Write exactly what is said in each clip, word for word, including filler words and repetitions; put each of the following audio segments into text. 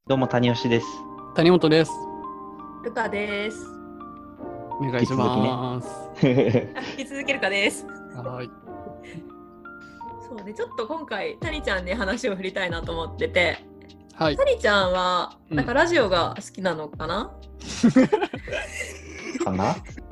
どうも谷吉です。 谷本です。 ルカです。 お願いします。 引き続きルカです。 はい。 そうね、ちょっと今回谷ちゃんに話を振りたいなと思ってて、 はい。 谷ちゃんはなんかラジオが好きなのかな？ かな？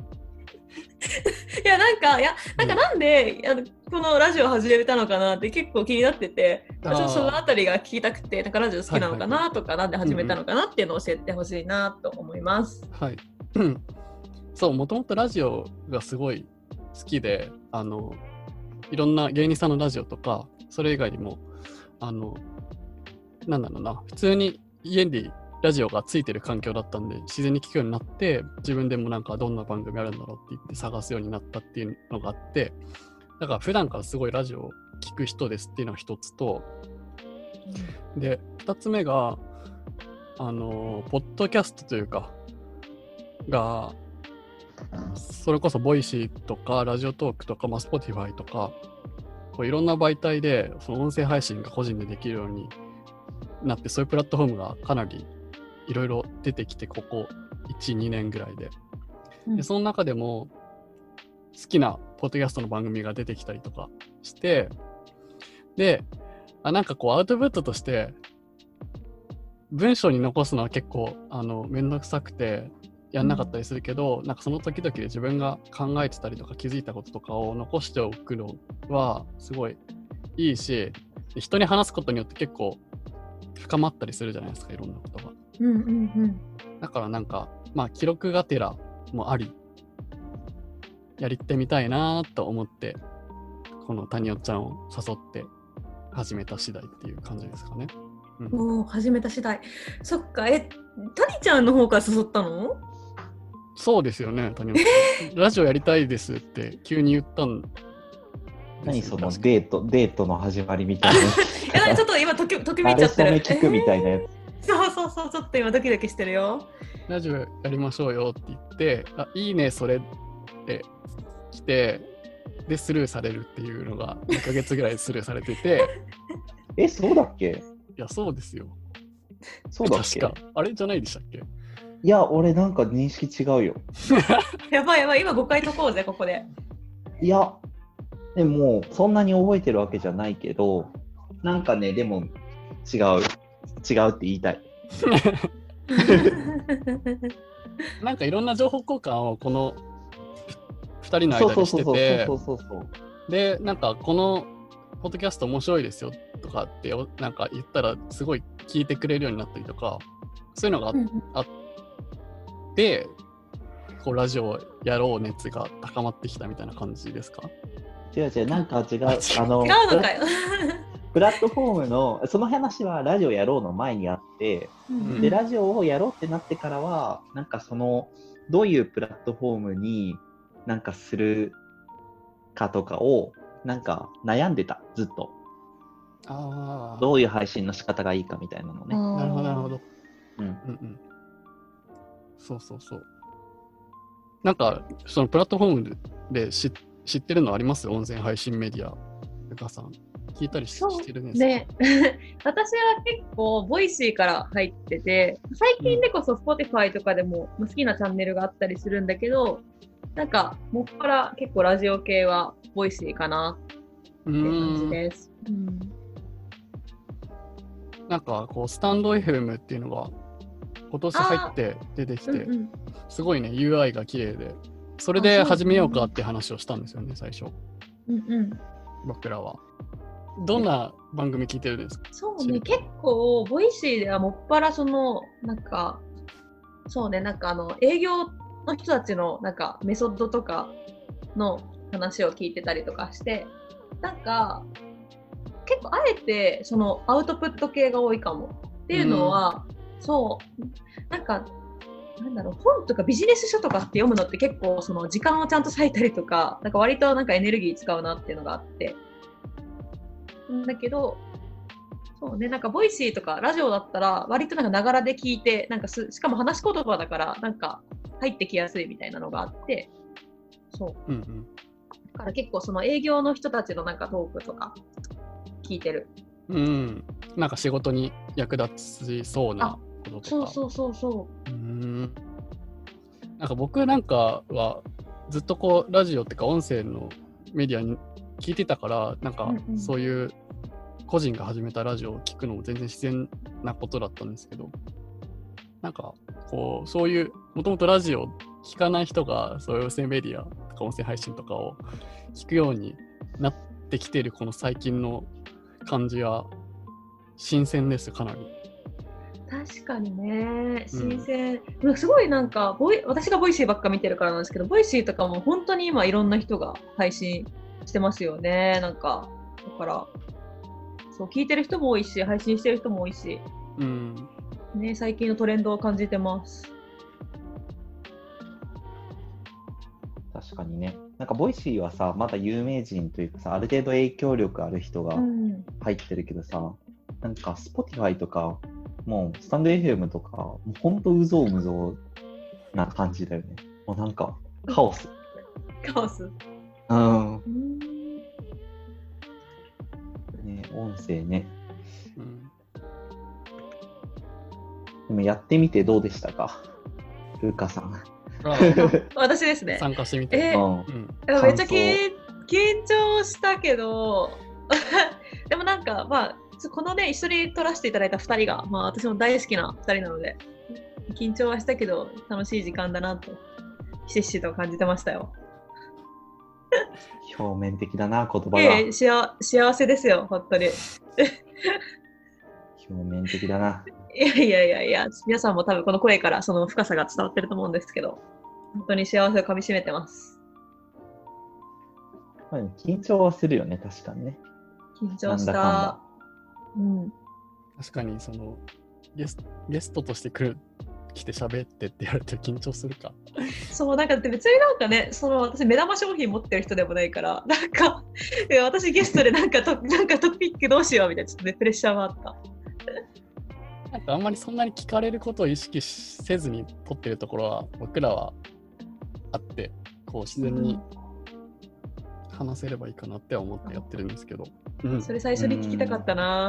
いやなんかいやなんかなんで、うん、あのこのラジオ始めたのかなって結構気になってて、ちょっとそのあたりが聞きたくて、なんかラジオ好きなのかなとか、はいはい、なんで始めたのかなっていうのを教えてほしいなと思います。 はい。そう、もともとラジオがすごい好きで、あのいろんな芸人さんのラジオとか、それ以外にもあのなんだろうな、普通に家にラジオがついてる環境だったんで、自然に聞くようになって、自分でもなんかどんな番組あるんだろうって言って探すようになったっていうのがあって、だから普段からすごいラジオを聞く人ですっていうのが一つと、で二つ目があのポッドキャストというかが、それこそボイシーとかラジオトークとか、まあ、Spotify とかこういろんな媒体でその音声配信が個人でできるようになって、そういうプラットフォームがかなりいろいろ出てきて、ここいち、にねんぐらいで、うん、でその中でも好きなポッドキャストの番組が出てきたりとかして、であなんかこうアウトプットとして文章に残すのは結構あのめんどくさくてやんなかったりするけど、うん、なんかその時々で自分が考えてたりとか気づいたこととかを残しておくのはすごいいいし、人に話すことによって結構深まったりするじゃないですか、いろんなことが。 うんうんうん。 だからなんかまあ記録がてらもあり、やりてみたいなと思ってこの谷尾ちゃんを誘って始めた次第っていう感じですかね。 うん、お始めた次第。そっか、え、谷ちゃんの方から誘ったの？ そうですよね、谷尾さん。ラジオやりたいですって急に言ったんです。 何そのデート、デートの始まりみたいな。 いやちょっと今とき、ときめいちゃってる。 あれそれ聞くみたいなやつ。 えー、そうそうそう、ちょっと今ドキドキしてるよ。 ラジオやりましょうよって言って、あ、いいねそれって来て、でスルーされるっていうのがにかげつぐらいスルーされてて。 え、そうだっけ？ いや、そうですよ。 そうだっけ？ 確か。あれじゃないでしたっけ？ いや、俺なんか認識違うよ。 やばいやばい、今ごかい解こうぜ、ここで。 いや、でもそんなに覚えてるわけじゃないけど、なんかね、でも違う。違うって言いたい。 なんかいろんな情報交換をこのふたりの間でしてて、で、なんかこのポッドキャスト面白いですよとかってなんか言ったらすごい聞いてくれるようになったりとか、そういうのが あ,、うん、あってこうラジオやろう熱が高まってきたみたいな感じですか？ 違う違う、なんか違う。 あの違うのかよ。 プラットフォームのその話はラジオやろうの前にあって、うん、でラジオをやろうってなってからはなんかそのどういうプラットフォームになんかするかとかをなんか悩んでた、ずっと。あ、どういう配信の仕方がいいかみたいなのね。 なるほどなるほど。 うんうんうん。そうそうそう。なんかそのプラットフォームで知ってるのあります？音声配信メディア。ルカさん聞いたり し, してるんですか？ ね、私は結構ボイシーから入ってて、最近でこそ Spotify とかでも好きなチャンネルがあったりするんだけど、なんかもっぱら結構ラジオ系はボイシーかなって感じです。うん、 なんかこうスタンド エフエム っていうのが今年入って出てきて、うんうん、すごいね ユーアイ が綺麗で、それで始めようかって話をしたんですよね、最初。 うんうん、 僕らは。どんな番組聞いてるんですか？ そうね、結構ボイシーではもっぱらそのなんかそうね、なんかあの営業の人たちのなんかメソッドとかの話を聞いてたりとかして、なんか結構あえてそのアウトプット系が多いかもっていうのは、うん、そうなんかなんだろう、本とかビジネス書とかって読むのって結構その時間をちゃんと割いたりとか、なんか割となんかエネルギー使うなっていうのがあって、だけどそうね、なんかボイシーとかラジオだったら割となんかながらで聞いて、なんかすしかも話し言葉だからなんか入ってきやすいみたいなのがあって、そう、うんうん、だから結構その営業の人たちのなんかトークとか聞いてる。 うん、なんか仕事に役立ちそうなこととか。 そうそうそうそう。 うーん。なんか僕なんかはずっとこうラジオってか音声のメディアに聞いてたから、なんかそういう個人が始めたラジオを聞くのも全然自然なことだったんですけど、なんかこうそういうもともとラジオ聞かない人がそういう音声メディアとか音声配信とかを聞くようになってきているこの最近の感じは新鮮です、かなり。 確かにね、新鮮、うん、すごいなんかボイ私がボイシーばっか見てるからなんですけど、ボイシーとかも本当に今いろんな人が配信してますよね。なんかだからそう聞いてる人も多いし、配信してる人も多いし、 うんね、最近のトレンドを感じてます。 確かにね。なんかボイシーはさ、まだ有名人というかさ、ある程度影響力ある人が入ってるけどさ、うん、なんか Spotify とかもうスタンド エフエム とかもうほんとうぞうむぞうな感じだよね。もうなんかカオス。 カオス。 うん。ね、音声ね。うん。でもやってみてどうでしたか、ルーカさん。 私ですね。 参加してみて。 えーうん、めっちゃ緊張したけどでもなんかまあこのね一緒に撮らせていただいたふたりが、まあ、私も大好きなふたりなので緊張はしたけど楽しい時間だなとひしひしと感じてましたよ。 表面的だな言葉が。 ええ、幸せですよ本当に。 表面的だな。 いやいやいやいや、皆さんも多分この声からその深さが伝わってると思うんですけど、本当に幸せをかみしめてます。 まあ、緊張はするよね、確かにね。 緊張した。なんだかんだ。うん。 確かにそのゲスゲストとして来る来て喋ってってやると緊張するか。 そうなんか別になんかね、その私目玉商品持ってる人でもないから、なんか私ゲストでなんかとなんかトピックどうしようみたいなちょっとねプレッシャーがあった。 なんかあんまりそんなに聞かれることを意識せずに撮ってるところは僕らはあって、こう自然に話せればいいかなって思ってやってるんですけど、 うんうん、それ最初に聞きたかったな。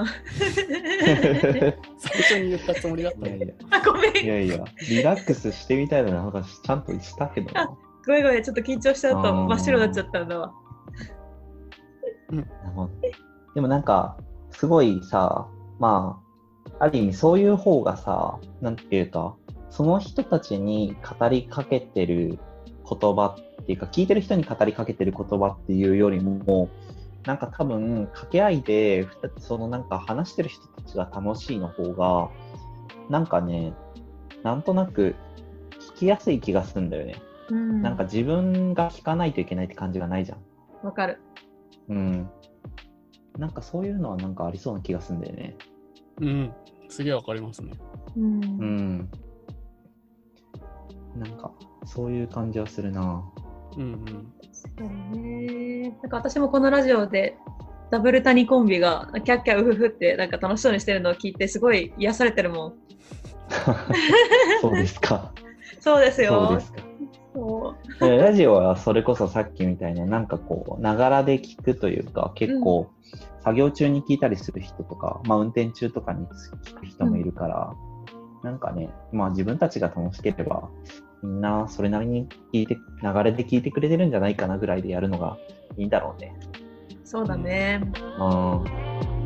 最初に言ったつもりだったんで。 あ、ごめん。 いやいや、リラックスしてみたいなのがちゃんとしたけどな。 ごめんごめん、ちょっと緊張しちゃうと真っ白になっちゃったんだわ。 うん、でもなんかすごいさ、まあある意味そういう方がさ、なんていうか、その人たちに語りかけてる言葉っていうか、聞いてる人に語りかけてる言葉っていうよりも、なんか多分掛け合いでそのなんか話してる人たちが楽しいの方が、なんかね、なんとなく聞きやすい気がするんだよね。うん、なんか自分が聞かないといけないって感じがないじゃん。 わかる。 うん。なんかそういうのはなんかありそうな気がするんだよね。 うん、すげえわかりますね。 うん。うん。 なんかそういう感じはするな。 うんうん。 そうね。なんか私もこのラジオでダブル谷コンビがキャッキャウフフってなんか楽しそうにしてるのを聞いてすごい癒されてるもん。 そうですか。 そうですよ。 そうですか。 そうラジオはそれこそさっきみたいななんかこうながらで聞くというか、結構作業中に聞いたりする人とか、うん、まあ運転中とかに聞く人もいるから、うん、なんかね、まあ自分たちが楽しければみんなそれなりに聞いて流れで聞いてくれてるんじゃないかなぐらいでやるのがいいんだろうね。 そうだね。 うん。